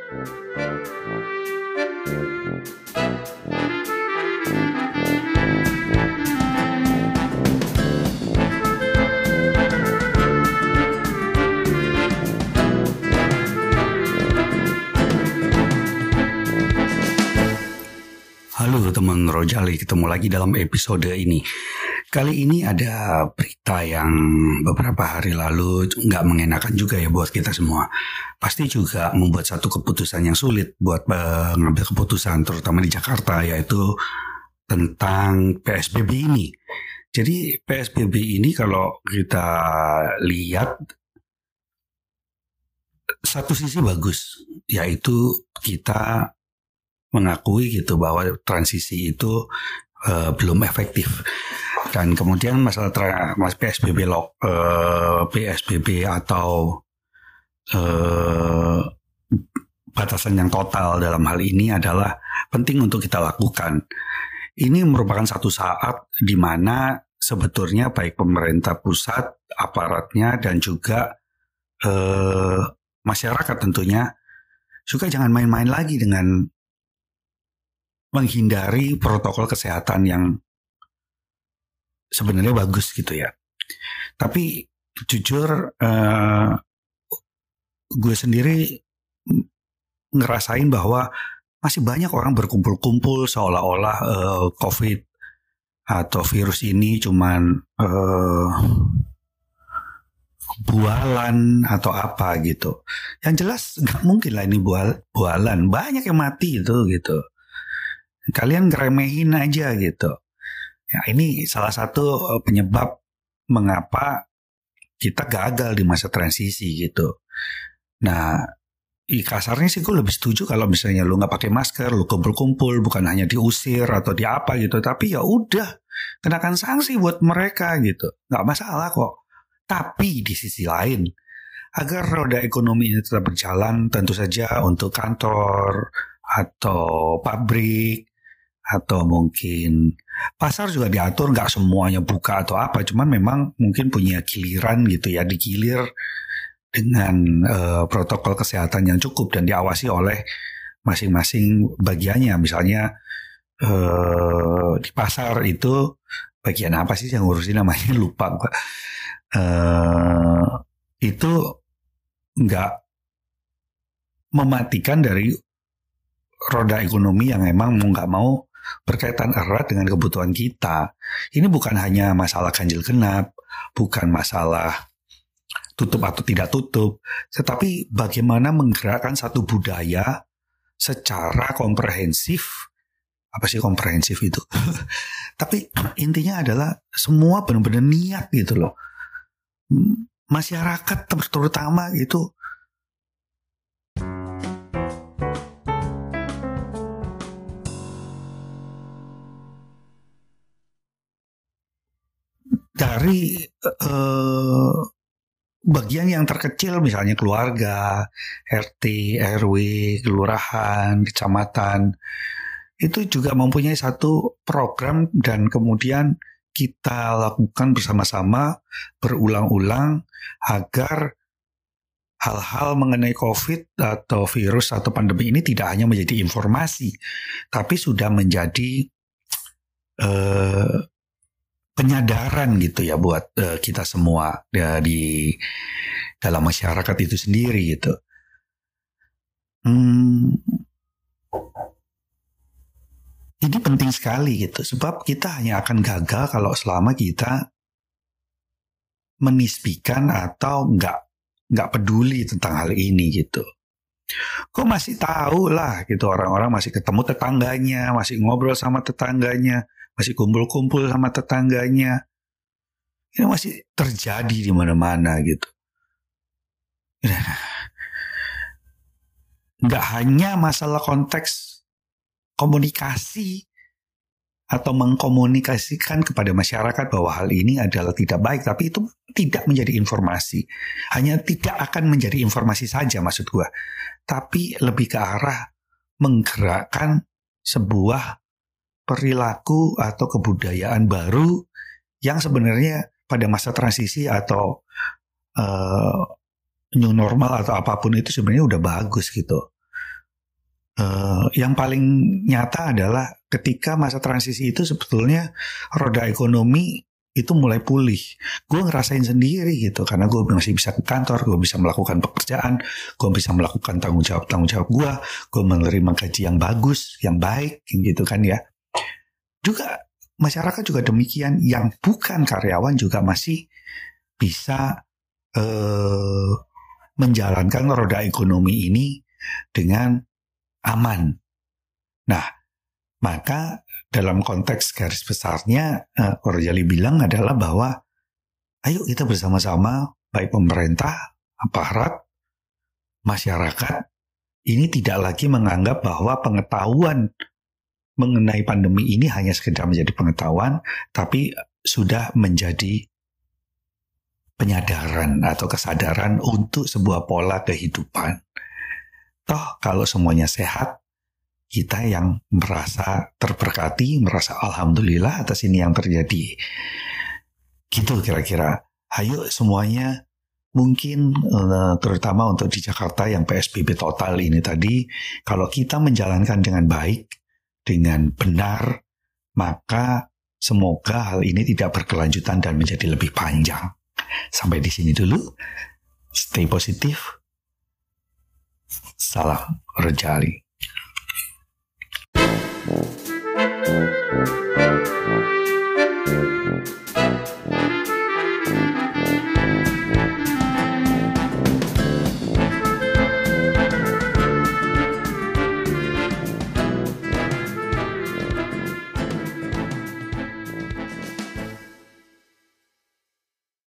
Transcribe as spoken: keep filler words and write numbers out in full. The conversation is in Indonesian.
Halo teman Rojali, ketemu lagi dalam episode ini. Kali ini ada berita yang beberapa hari lalu nggak mengenakan juga ya buat kita semua. Pasti juga membuat satu keputusan yang sulit buat mengambil keputusan, terutama di Jakarta, yaitu tentang P S B B ini. Jadi P S B B ini kalau kita lihat, satu sisi bagus, yaitu kita mengakui gitu bahwa transisi itu uh, belum efektif. Dan kemudian masalah tra- mas P S B B lo, uh, P S B B atau uh, batasan yang total dalam hal ini adalah penting untuk kita lakukan. Ini merupakan satu saat di mana sebetulnya baik pemerintah pusat, aparatnya, dan juga uh, masyarakat tentunya juga jangan main-main lagi dengan menghindari protokol kesehatan yang sebenarnya bagus gitu ya. Tapi jujur uh, gue sendiri ngerasain bahwa masih banyak orang berkumpul-kumpul seolah-olah uh, COVID atau virus ini cuman uh, bualan atau apa gitu. Yang jelas gak mungkin lah ini bual, bualan. Banyak yang mati itu gitu. Kalian ngeremehin aja gitu. Ya, ini salah satu penyebab mengapa kita gagal di masa transisi gitu. Nah, i kasarnya sih gue lebih setuju kalau misalnya lu nggak pakai masker, lu kumpul-kumpul, bukan hanya diusir atau di apa gitu, tapi ya udah kenakan sanksi buat mereka gitu, nggak masalah kok. Tapi di sisi lain, agar roda ekonomi ini tetap berjalan, tentu saja untuk kantor atau pabrik atau mungkin pasar juga diatur, nggak semuanya buka atau apa, cuman memang mungkin punya giliran gitu ya, digilir dengan uh, protokol kesehatan yang cukup dan diawasi oleh masing-masing bagiannya. Misalnya uh, di pasar itu bagian apa sih yang ngurusin namanya lupa uh, itu nggak mematikan dari roda ekonomi yang memang mau nggak mau berkaitan erat dengan kebutuhan kita. Ini bukan hanya masalah ganjil genap, bukan masalah tutup atau tidak tutup, tetapi bagaimana menggerakkan satu budaya secara komprehensif. Apa sih komprehensif itu? Tapi intinya adalah semua benar-benar niat gitu loh. Masyarakat terutama itu dari uh, bagian yang terkecil, misalnya keluarga, R T, R W, kelurahan, kecamatan, itu juga mempunyai satu program dan kemudian kita lakukan bersama-sama berulang-ulang agar hal-hal mengenai COVID atau virus atau pandemi ini tidak hanya menjadi informasi, tapi sudah menjadi uh, penyadaran gitu ya buat uh, kita semua ya, di dalam masyarakat itu sendiri gitu. Hmm, ini penting sekali gitu, sebab kita hanya akan gagal kalau selama kita menisbikan atau nggak nggak peduli tentang hal ini gitu. Kok masih tahu lah gitu, orang-orang masih ketemu tetangganya, masih ngobrol sama tetangganya, masih kumpul-kumpul sama tetangganya. Ini masih terjadi di mana-mana gitu. Nggak hanya masalah konteks komunikasi atau mengkomunikasikan kepada masyarakat bahwa hal ini adalah tidak baik, tapi itu tidak menjadi informasi. Hanya tidak akan menjadi informasi saja maksud gue, tapi lebih ke arah menggerakkan sebuah perilaku atau kebudayaan baru yang sebenarnya pada masa transisi atau uh, new normal atau apapun itu sebenarnya udah bagus gitu. uh, yang paling nyata adalah ketika masa transisi itu sebetulnya roda ekonomi itu mulai pulih. Gue ngerasain sendiri gitu, karena gue masih bisa ke kantor, gue bisa melakukan pekerjaan, gue bisa melakukan tanggung jawab tanggung jawab gue, gue menerima gaji yang bagus, yang baik, gitu kan ya. Juga masyarakat juga demikian, yang bukan karyawan juga masih bisa eh, menjalankan roda ekonomi ini dengan aman. Nah, maka dalam konteks garis besarnya, uh, Orjali bilang adalah bahwa ayo kita bersama-sama, baik pemerintah, aparat, masyarakat, ini tidak lagi menganggap bahwa pengetahuan mengenai pandemi ini hanya sekedar menjadi pengetahuan, tapi sudah menjadi penyadaran atau kesadaran untuk sebuah pola kehidupan. Toh kalau semuanya sehat, kita yang merasa terberkati, merasa alhamdulillah atas ini yang terjadi. Gitu kira-kira. Ayo semuanya, mungkin terutama untuk di Jakarta yang P S B B total ini tadi, kalau kita menjalankan dengan baik, dengan benar, maka semoga hal ini tidak berkelanjutan dan menjadi lebih panjang. Sampai di sini dulu. Stay positif. Salam Orjali.